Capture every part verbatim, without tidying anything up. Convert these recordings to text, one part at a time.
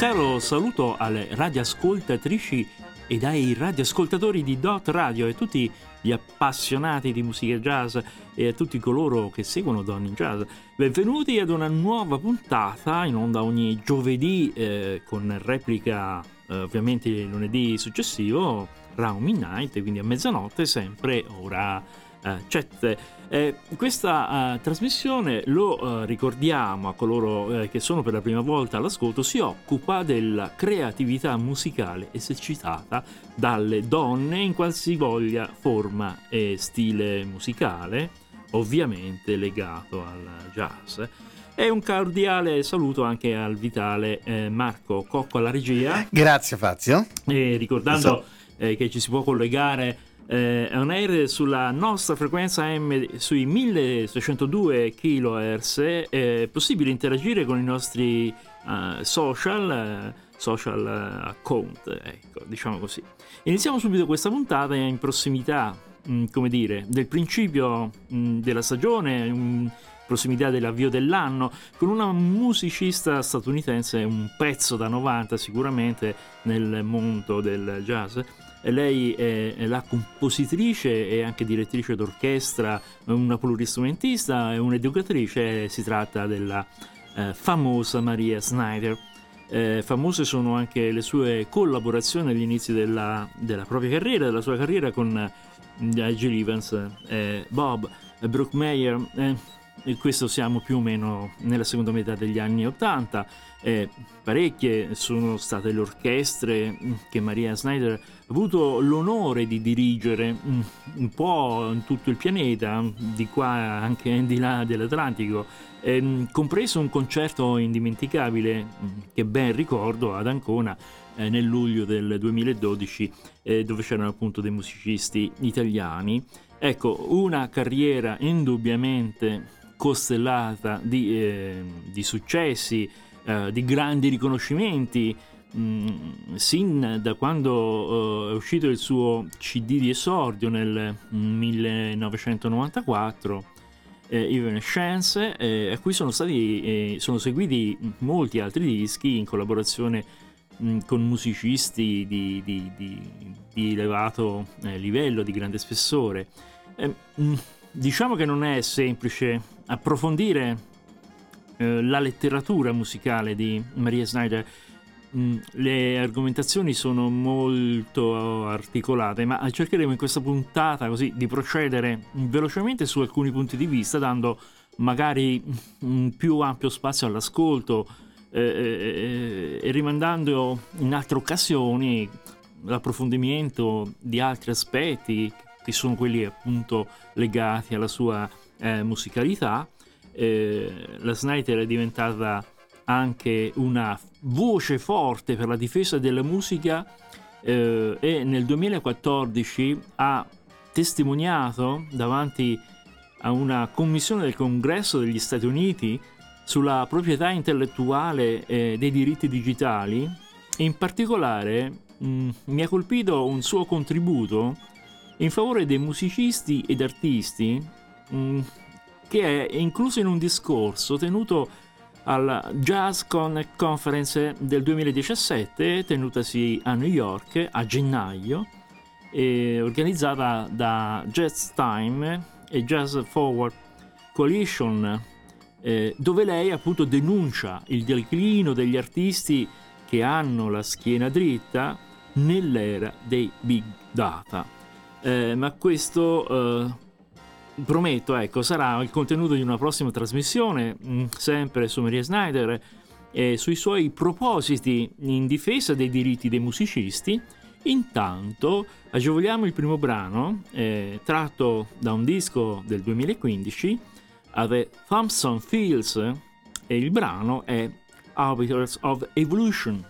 caro saluto alle radioascoltatrici ed ai radioascoltatori di Dot Radio e tutti gli appassionati di musica jazz e a tutti coloro che seguono Donny Jazz. Benvenuti ad una nuova puntata in onda ogni giovedì eh, con replica eh, ovviamente il lunedì successivo, Round Midnight, quindi a mezzanotte, sempre ora uh, chat. Eh, questa uh, trasmissione, lo uh, ricordiamo a coloro eh, che sono per la prima volta all'ascolto, si occupa della creatività musicale esercitata dalle donne in qualsivoglia forma e stile musicale, ovviamente legato al jazz. E un cordiale saluto anche al vitale eh, Marco Cocco alla regia. Grazie Fazio. E ricordando eh, che ci si può collegare eh, on air sulla nostra frequenza M sui milleseicentodue kilohertz, è possibile interagire con i nostri uh, social, uh, social uh, account, ecco, diciamo così. Iniziamo subito questa puntata in prossimità, mh, come dire, del principio mh, della stagione, mh, prossimità dell'avvio dell'anno, con una musicista statunitense, un pezzo da novanta sicuramente nel mondo del jazz. Lei è la compositrice e anche direttrice d'orchestra, una pluristrumentista e un'educatrice. Si tratta della eh, famosa Maria Snyder. Eh, famose sono anche le sue collaborazioni agli inizi della, della propria carriera, della sua carriera con eh, Gil Evans, eh, Bob, eh, Brookmeyer. Eh, E questo siamo più o meno nella seconda metà degli anni ottanta. Eh, parecchie sono state le orchestre che Maria Snyder ha avuto l'onore di dirigere un po' in tutto il pianeta, di qua anche di là dell'Atlantico, eh, compreso un concerto indimenticabile che ben ricordo ad Ancona eh, nel luglio del duemiladodici, eh, dove c'erano appunto dei musicisti italiani. Ecco, una carriera indubbiamente costellata di, eh, di successi, eh, di grandi riconoscimenti, mh, sin da quando eh, è uscito il suo C D di esordio nel millenovecentonovantaquattro, eh, Evanescence, eh, a cui sono stati eh, sono seguiti molti altri dischi in collaborazione mh, con musicisti di, di, di, di elevato eh, livello, di grande spessore. Eh, mh, diciamo che non è semplice approfondire eh, la letteratura musicale di Maria Snyder. Mm, le argomentazioni sono molto articolate, ma cercheremo in questa puntata così di procedere velocemente su alcuni punti di vista, dando magari un più ampio spazio all'ascolto eh, eh, e rimandando in altre occasioni l'approfondimento di altri aspetti che sono quelli appunto legati alla sua eh, musicalità. Eh, la Snyder è diventata anche una voce forte per la difesa della musica eh, e nel duemilaquattordici ha testimoniato davanti a una commissione del Congresso degli Stati Uniti sulla proprietà intellettuale eh, dei diritti digitali. In particolare mh, mi ha colpito un suo contributo in favore dei musicisti ed artisti, mh, che è incluso in un discorso tenuto alla JazzCon Conference del duemiladiciassette, tenutasi a New York a gennaio, e organizzata da Jazz Time e Jazz Forward Coalition, eh, dove lei appunto denuncia il declino degli artisti che hanno la schiena dritta nell'era dei big data. Eh, ma questo eh, prometto, ecco, sarà il contenuto di una prossima trasmissione, mh, sempre su Maria Snyder e sui suoi propositi in difesa dei diritti dei musicisti. Intanto agevoliamo il primo brano, eh, tratto da un disco del duemilaquindici, a The Thompson Fields, e il brano è Arbiters of Evolution.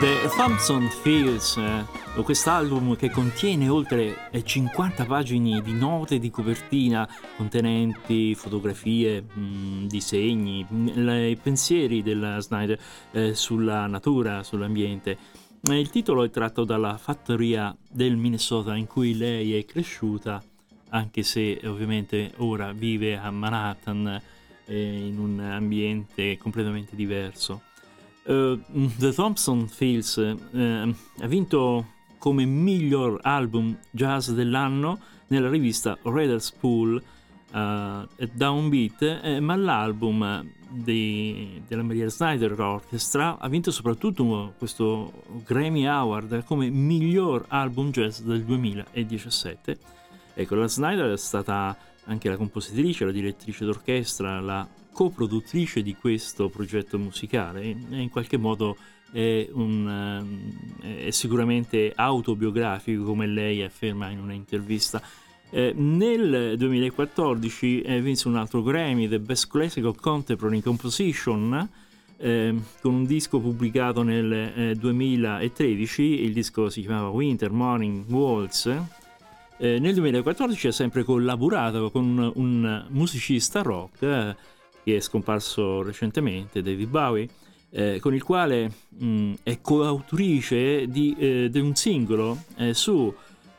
The Thompson Fields, eh, quest'album che contiene oltre cinquanta pagine di note di copertina contenenti fotografie, mh, disegni, mh, i pensieri della Snyder eh, sulla natura, sull'ambiente. Eh, il titolo è tratto dalla fattoria del Minnesota in cui lei è cresciuta, anche se ovviamente ora vive a Manhattan eh, in un ambiente completamente diverso. Uh, The Thompson Fields uh, ha vinto come miglior album jazz dell'anno nella rivista Reader's Pool uh, Downbeat, eh, ma l'album di, della Maria Snyder Orchestra ha vinto soprattutto questo Grammy Award come miglior album jazz del duemiladiciassette. Ecco, la Snyder è stata anche la compositrice, la direttrice d'orchestra, la coproduttrice di questo progetto musicale e in qualche modo è, un, è sicuramente autobiografico, come lei afferma in una intervista. Eh, nel duemilaquattordici eh, vinse un altro Grammy, The Best Classical Contemporary Composition, eh, con un disco pubblicato nel eh, duemilatredici. Il disco si chiamava Winter Morning Waltz. Eh, nel duemilaquattordici ha sempre collaborato con un, un musicista rock eh, che è scomparso recentemente, David Bowie, eh, con il quale mh, è coautrice di, eh, di un singolo eh, su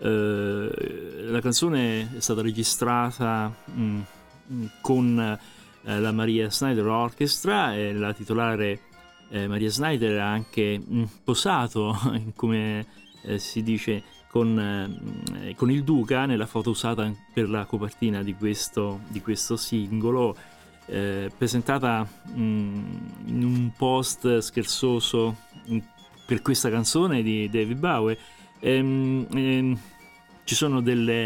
eh, la canzone è stata registrata mh, con eh, la Maria Snyder Orchestra e la titolare eh, Maria Snyder ha anche mh, posato, come eh, si dice, con, eh, con il Duca nella foto usata per la copertina di questo, di questo singolo. Eh, presentata mh, in un post scherzoso mh, per questa canzone di David Bowie. Ehm, ehm, ci sono delle,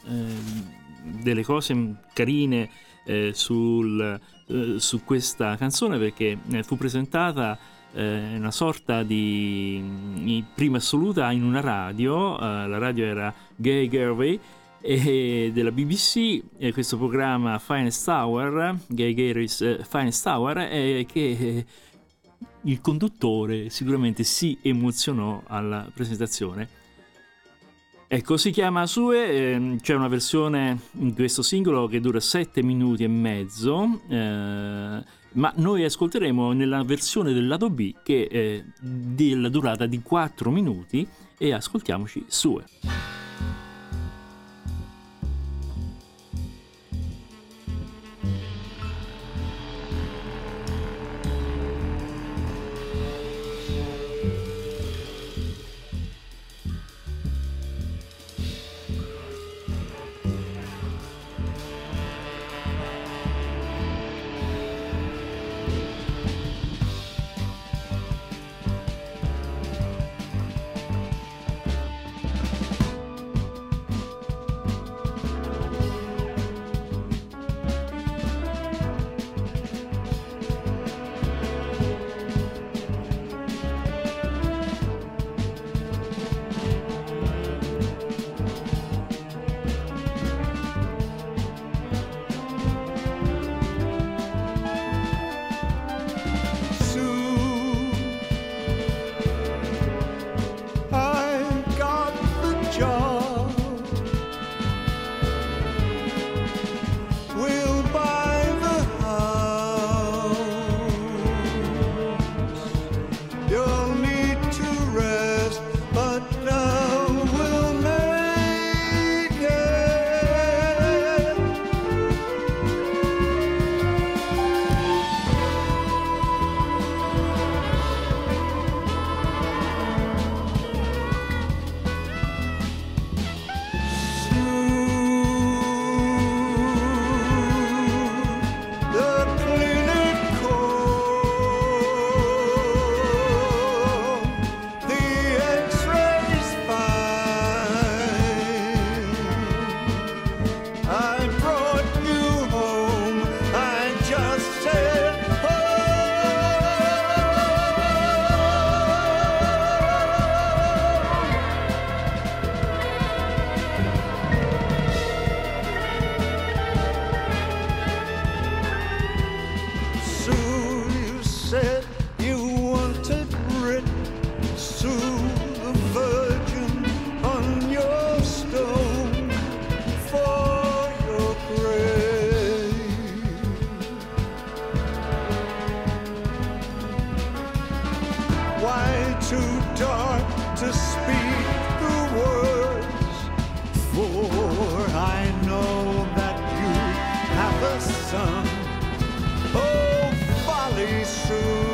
eh, delle cose carine eh, sul, eh, su questa canzone, perché eh, fu presentata eh, una sorta di, di prima assoluta in una radio. Eh, la radio era Gay Garvey e della B B C, e questo programma Finest Hour, Gay Gary's uh, Finest Hour, è che eh, il conduttore sicuramente si emozionò alla presentazione. Ecco, si chiama Sue, eh, c'è una versione in questo singolo che dura sette minuti e mezzo, eh, ma noi ascolteremo nella versione del lato B che è della durata di quattro minuti, e ascoltiamoci Sue. too dark to speak the words, for I know that you have a son. Oh, folly soon.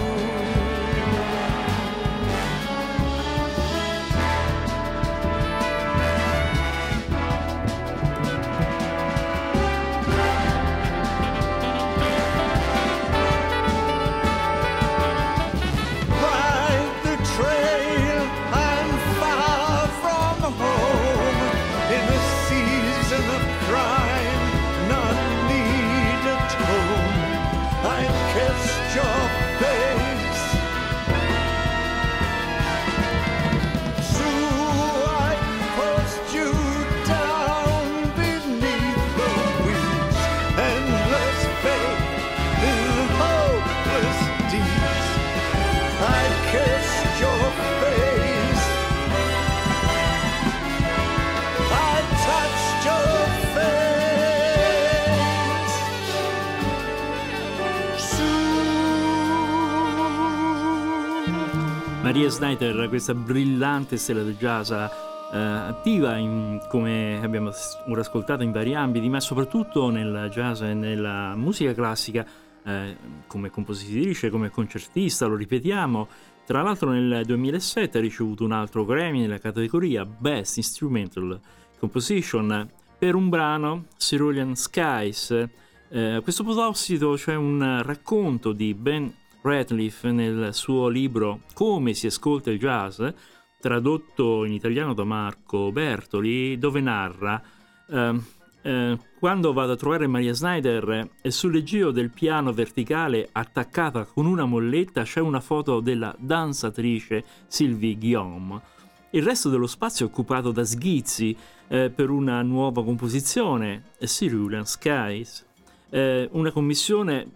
Maria Snyder, questa brillante stella del jazz, eh, attiva in, come abbiamo ora ascoltato, in vari ambiti, ma soprattutto nel jazz e nella musica classica, eh, come compositrice, come concertista, lo ripetiamo. Tra l'altro nel duemilasette ha ricevuto un altro Grammy nella categoria Best Instrumental Composition per un brano, Cerulean Skies. Eh, a questo proposito c'è un racconto di Ben Ratliff nel suo libro Come si ascolta il jazz, tradotto in italiano da Marco Bertoli, dove narra eh, eh, quando vado a trovare Maria Snyder e sulle giro del piano verticale attaccata con una molletta c'è una foto della danzatrice Sylvie Guillaume. Il resto dello spazio è occupato da schizzi eh, per una nuova composizione, Cerulean Skies, eh, una commissione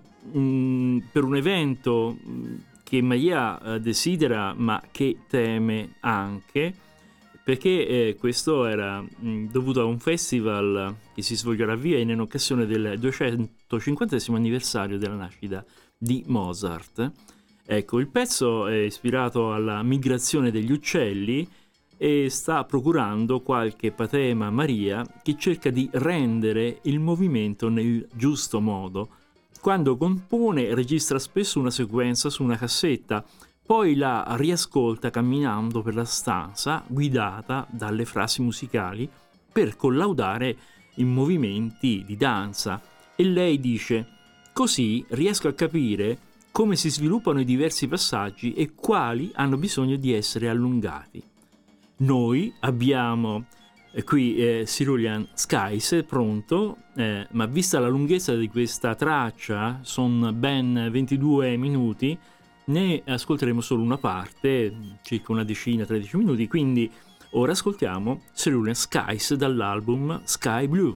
per un evento che Maria eh, desidera ma che teme anche, perché eh, questo era mh, dovuto a un festival che si svolgerà a Vienna in occasione del duecentocinquantesimo anniversario della nascita di Mozart. Ecco, il pezzo è ispirato alla migrazione degli uccelli e sta procurando qualche patema a Maria, che cerca di rendere il movimento nel giusto modo. Quando compone registra spesso una sequenza su una cassetta, poi la riascolta camminando per la stanza, guidata dalle frasi musicali, per collaudare i movimenti di danza. E lei dice: così riesco a capire come si sviluppano i diversi passaggi e quali hanno bisogno di essere allungati. Noi abbiamo qui eh, Cerulean Skies pronto, eh, ma vista la lunghezza di questa traccia, sono ben ventidue minuti, ne ascolteremo solo una parte, circa una decina, tredici minuti, quindi ora ascoltiamo Cerulean Skies dall'album Sky Blue.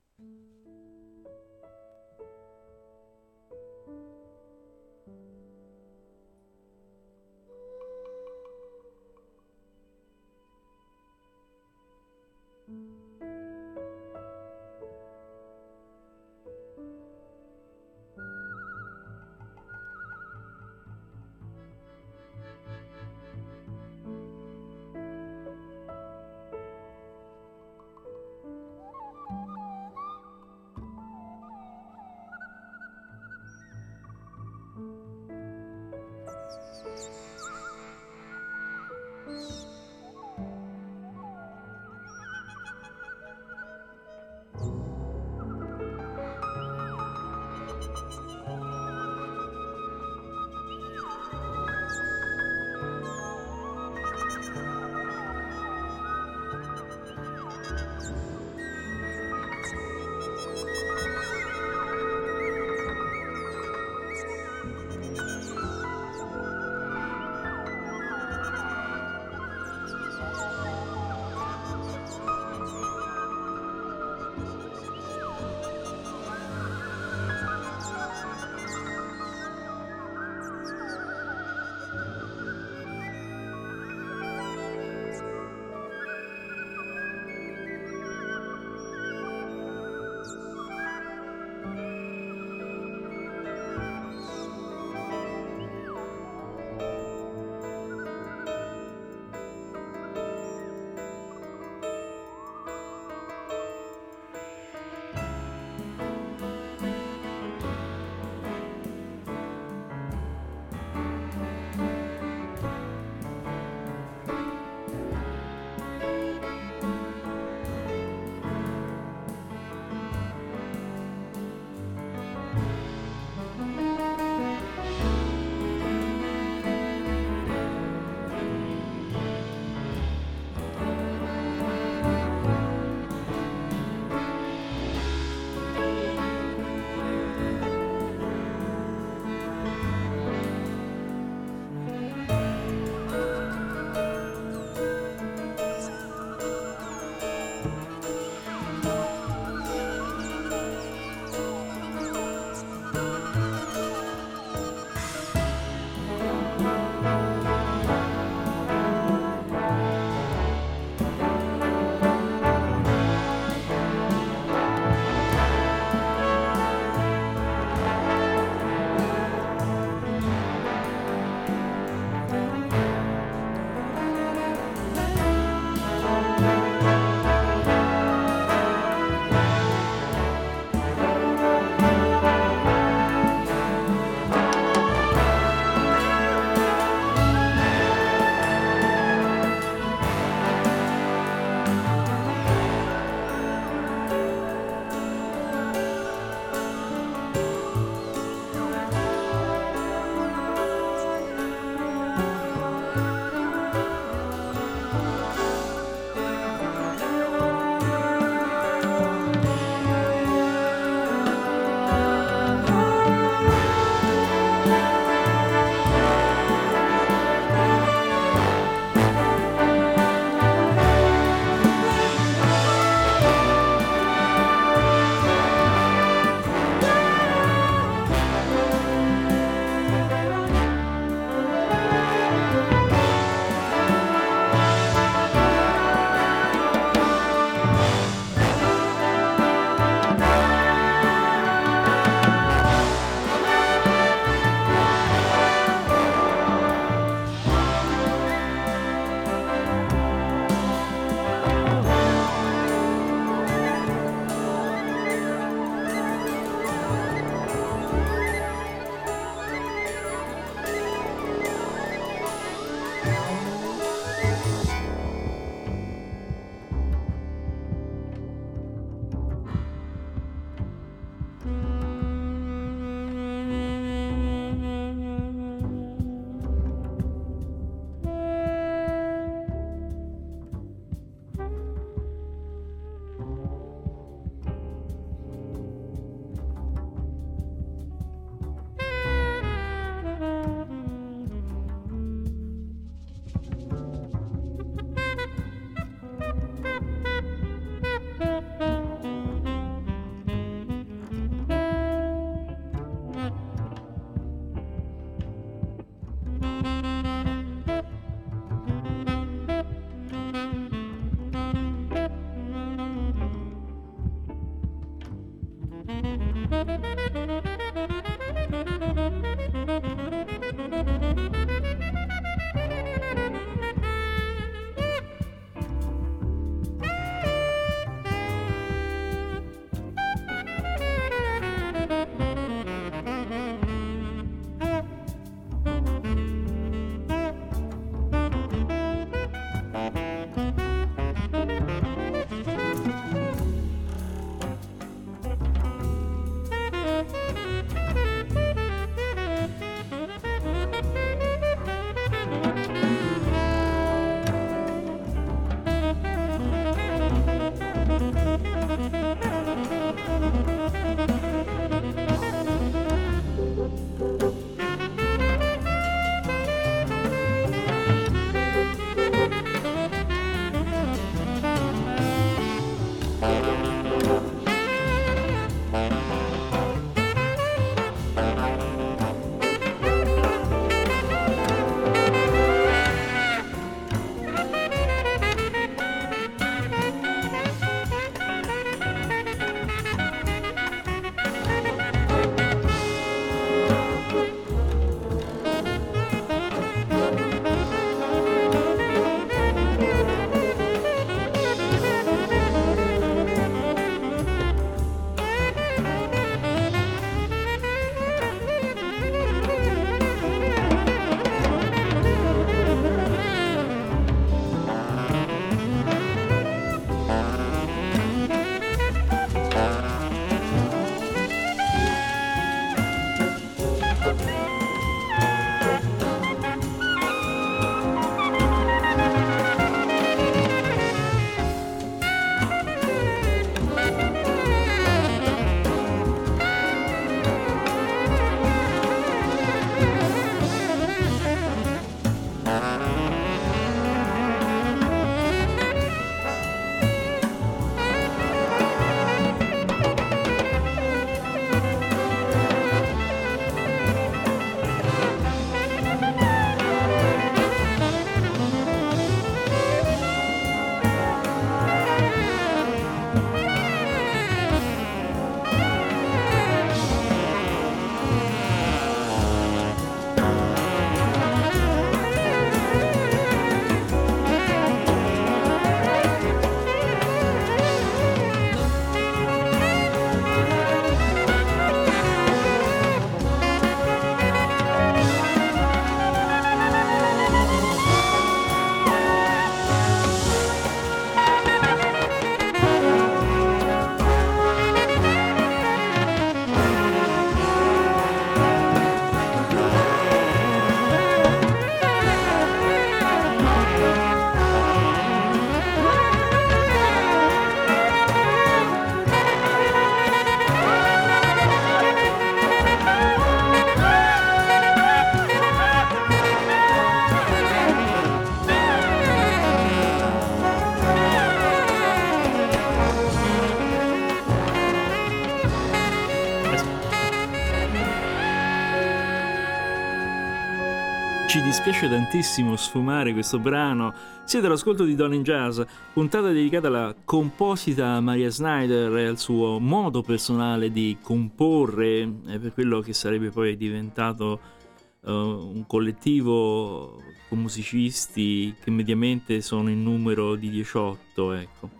Ci dispiace tantissimo sfumare questo brano. Siete all'ascolto di Donna in Jazz, puntata dedicata alla composita Maria Schneider e al suo modo personale di comporre, e per quello che sarebbe poi diventato uh, un collettivo con musicisti che mediamente sono in numero di diciotto, ecco.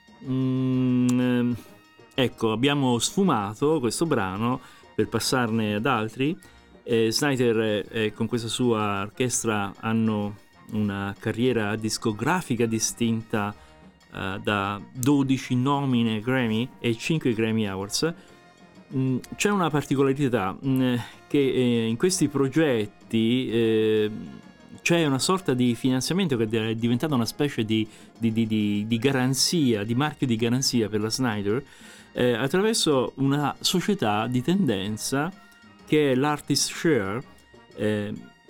Mm, ecco, abbiamo sfumato questo brano per passarne ad altri. Eh, Schneider eh, con questa sua orchestra hanno una carriera discografica distinta eh, da dodici nomine Grammy e cinque Grammy Awards. Mm, c'è una particolarità mm, che eh, in questi progetti eh, c'è una sorta di finanziamento che è diventata una specie di, di, di, di, di garanzia, di marchio di garanzia per la Schneider eh, attraverso una società di tendenza che è l'Artist Share. Eh,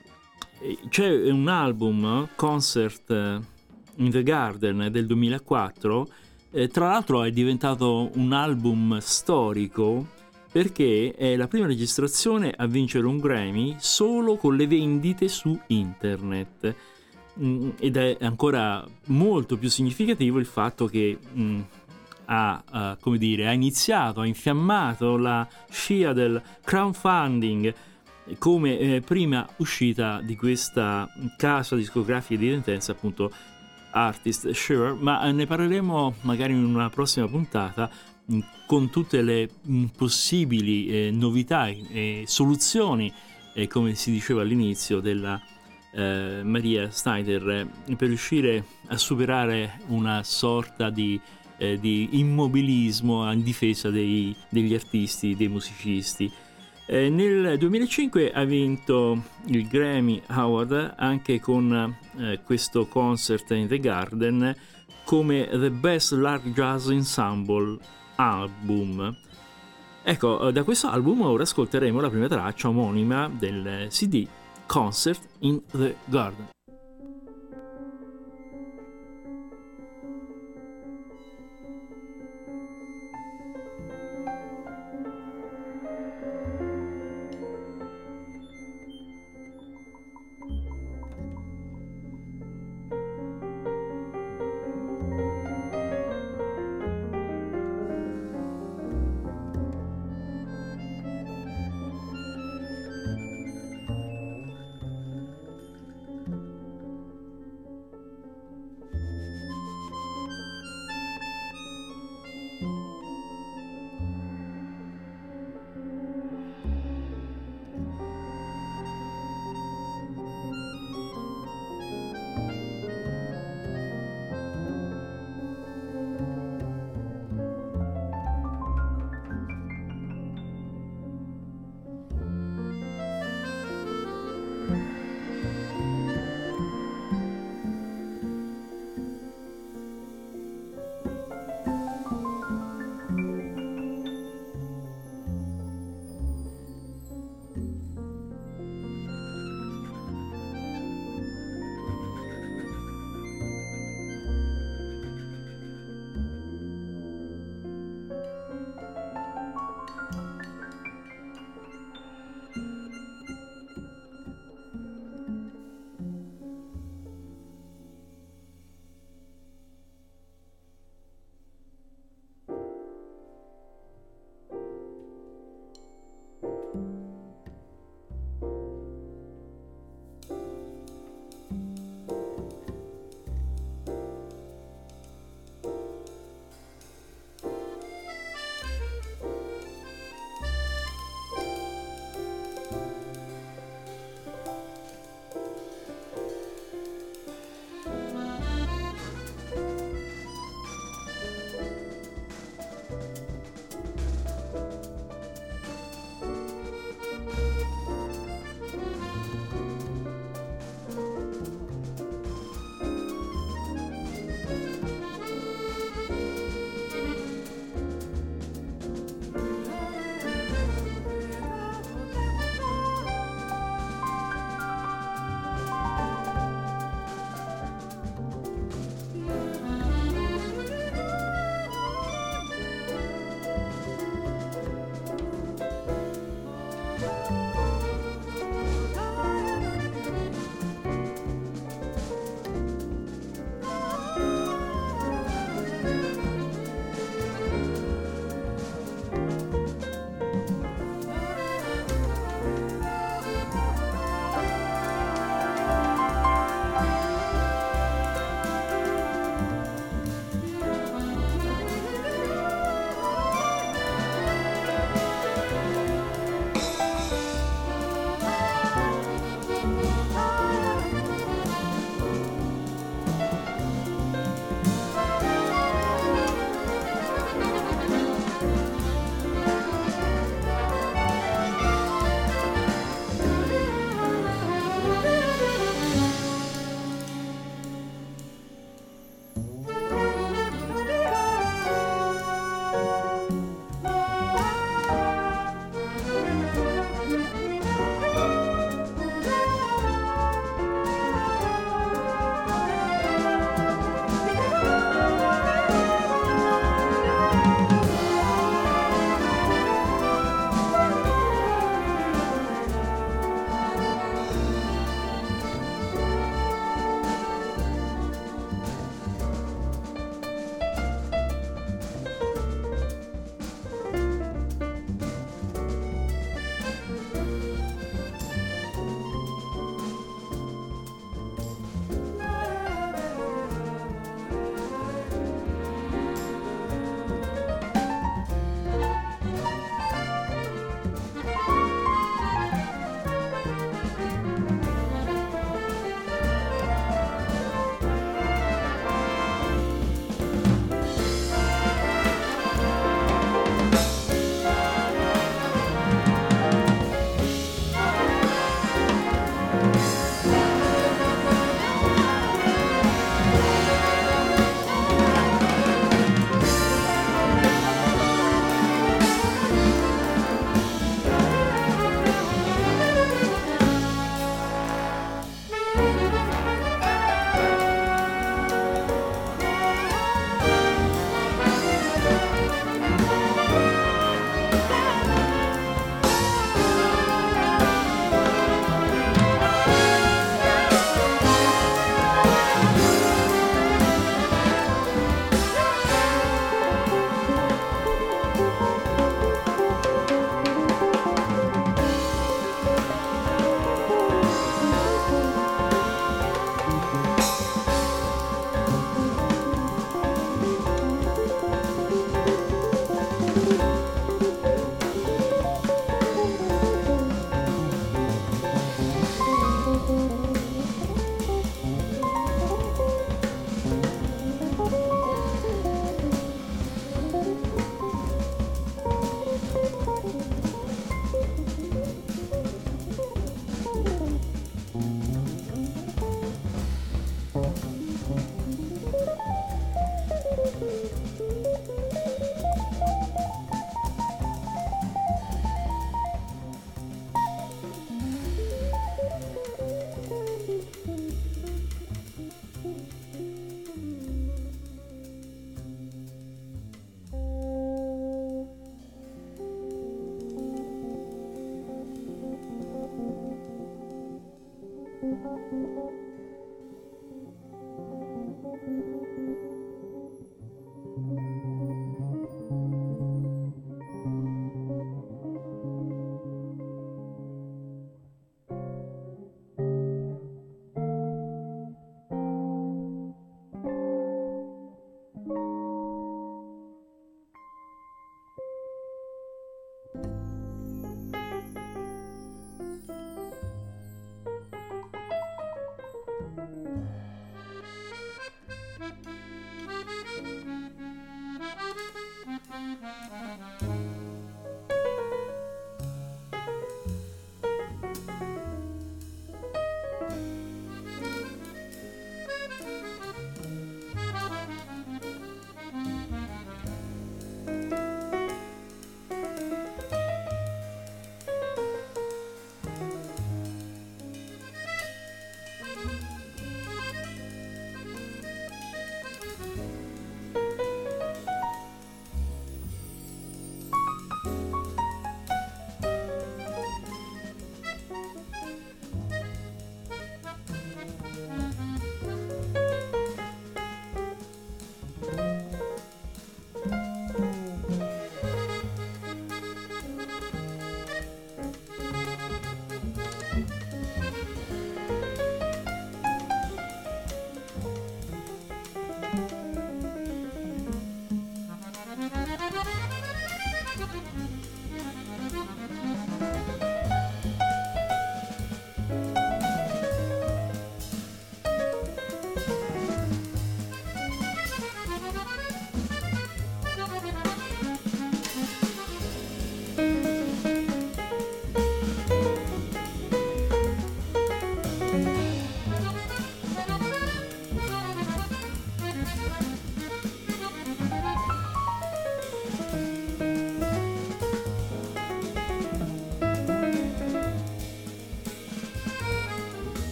c'è un album, Concert in the Garden del duemilaquattro, eh, tra l'altro è diventato un album storico perché è la prima registrazione a vincere un Grammy solo con le vendite su internet. Mm, ed è ancora molto più significativo il fatto che mm, Ha, uh, come dire, ha iniziato, ha infiammato la scia del crowdfunding come eh, prima uscita di questa casa discografica di tendenza, appunto Artist Share, ma eh, ne parleremo magari in una prossima puntata mh, con tutte le mh, possibili eh, novità e eh, soluzioni, eh, come si diceva all'inizio, della eh, Maria Schneider eh, per riuscire a superare una sorta di Eh, di immobilismo in difesa dei, degli artisti, dei musicisti. Eh, nel duemilacinque ha vinto il Grammy Award anche con eh, questo Concert in the Garden come The Best Large Jazz Ensemble Album. Ecco, da questo album ora ascolteremo la prima traccia omonima del C D, Concert in the Garden.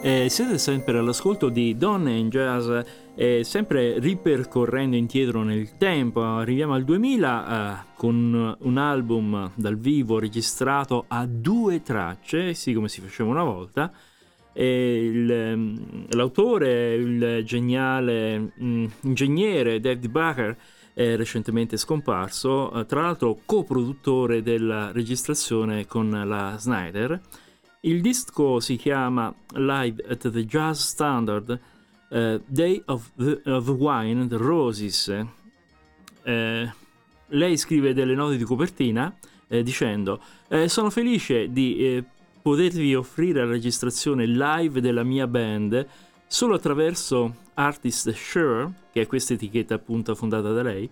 Eh, siete sempre all'ascolto di Donne in Jazz, eh, sempre ripercorrendo indietro nel tempo. Arriviamo al duemila eh, con un album dal vivo registrato a due tracce, sì come si faceva una volta. E il, l'autore, il geniale mh, ingegnere David Baker, è recentemente scomparso, eh, tra l'altro coproduttore della registrazione con la Snyder. Il disco si chiama Live at the Jazz Standard, uh, Day of, the, of Wine and Roses. Eh, lei scrive delle note di copertina eh, dicendo eh, sono felice di eh, potervi offrire la registrazione live della mia band solo attraverso Artist Sure, che è questa etichetta appunto fondata da lei,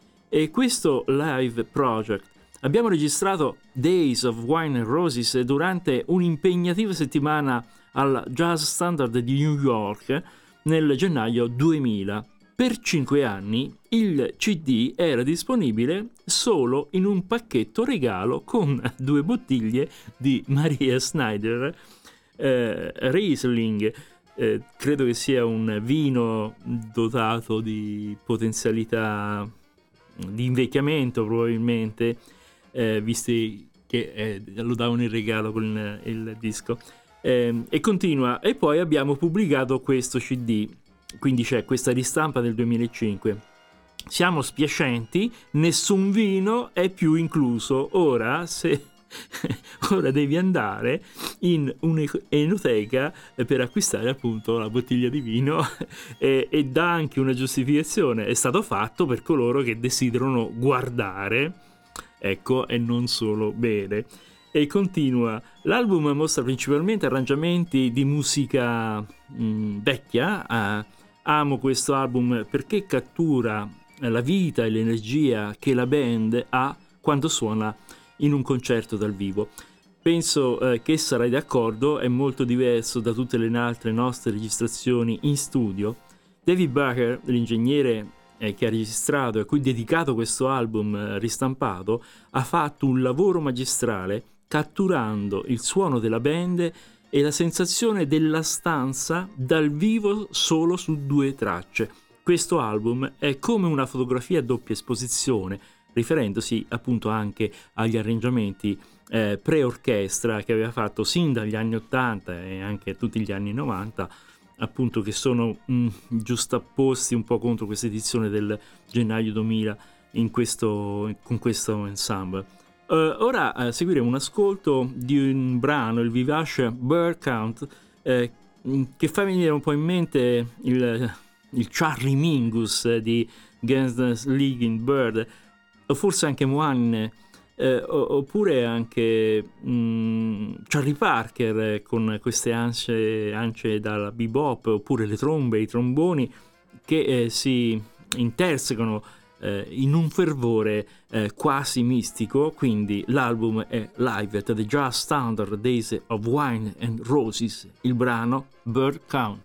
e questo live project. Abbiamo registrato Days of Wine and Roses durante un'impegnativa settimana al Jazz Standard di New York nel gennaio duemila. Per cinque anni il C D era disponibile solo in un pacchetto regalo con due bottiglie di Maria Snyder eh, Riesling. Eh, credo che sia un vino dotato di potenzialità di invecchiamento probabilmente, Eh, visti che eh, lo davano in regalo con il, il disco, eh, e continua. E poi abbiamo pubblicato questo C D, quindi c'è questa ristampa del duemilacinque. Siamo spiacenti, nessun vino è più incluso. Ora se ora devi andare in un'enoteca per acquistare appunto la bottiglia di vino e, e dà anche una giustificazione: è stato fatto per coloro che desiderano guardare, ecco, e non solo bere. E continua. L'album mostra principalmente arrangiamenti di musica mh, vecchia. Eh, amo questo album perché cattura la vita e l'energia che la band ha quando suona in un concerto dal vivo. Penso eh, che sarai d'accordo, è molto diverso da tutte le altre nostre registrazioni in studio. David Baker, l'ingegnere Eh, che ha registrato e a cui dedicato questo album eh, ristampato, ha fatto un lavoro magistrale catturando il suono della band e la sensazione della stanza dal vivo solo su due tracce. Questo album è come una fotografia a doppia esposizione, riferendosi appunto anche agli arrangiamenti eh, pre-orchestra che aveva fatto sin dagli anni ottanta e anche tutti gli anni novanta, appunto, che sono mh, giustapposti un po' contro questa edizione del gennaio duemila in questo, con questo ensemble. Uh, ora uh, seguiremo un ascolto di un brano, il vivace Bird Count, eh, che fa venire un po' in mente il, il Charlie Mingus di Guns League Bird, o forse anche Moine, Eh, oppure anche mh, Charlie Parker eh, con queste ance, ance dalla bebop, oppure le trombe, i tromboni che eh, si intersecano eh, in un fervore eh, quasi mistico. Quindi l'album è Live at the Jazz Standard, Days of Wine and Roses, il brano Bird Count.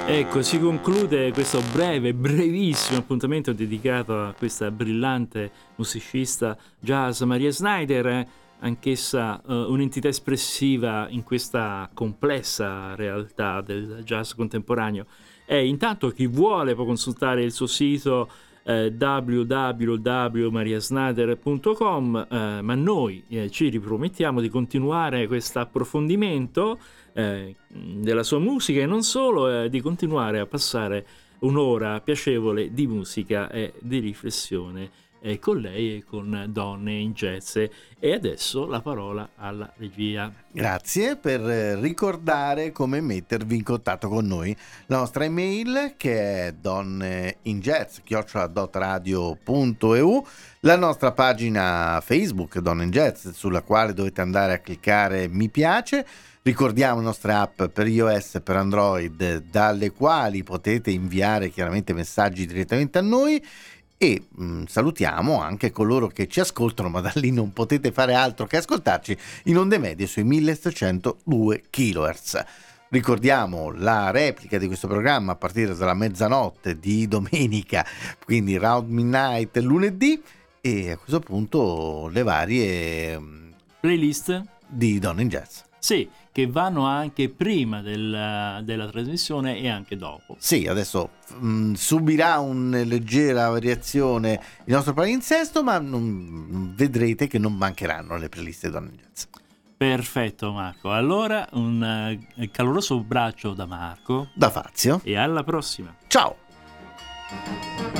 Ecco, si conclude questo breve, brevissimo appuntamento dedicato a questa brillante musicista jazz Maria Schneider, anch'essa uh, un'entità espressiva in questa complessa realtà del jazz contemporaneo. E intanto chi vuole può consultare il suo sito eh, w w w punto maria schneider punto com, eh, ma noi eh, ci ripromettiamo di continuare questo approfondimento eh, della sua musica e non solo, eh, di continuare a passare un'ora piacevole di musica e di riflessione eh, con lei e con Donne in Jazz. E adesso la parola alla regia. Grazie per ricordare come mettervi in contatto con noi. La nostra email, che è donneinjazz chiocciola dot radio punto e u, la nostra pagina Facebook Donne in Jazz, sulla quale dovete andare a cliccare mi piace. Ricordiamo le nostre app per iOS e per Android, dalle quali potete inviare chiaramente messaggi direttamente a noi. E mh, salutiamo anche coloro che ci ascoltano, ma da lì non potete fare altro che ascoltarci in onde medie sui millesettecentodue kilohertz. Ricordiamo la replica di questo programma a partire dalla mezzanotte di domenica, quindi round midnight lunedì, e a questo punto le varie mh, playlist di Donne in Jazz. Sì, che vanno anche prima del, della trasmissione e anche dopo. Sì, adesso mh, subirà una leggera variazione il nostro palinsesto, ma non, vedrete che non mancheranno le playlist di Donne in Jazz. Perfetto Marco, allora un uh, caloroso abbraccio da Marco, da Fazio, e alla prossima. Ciao.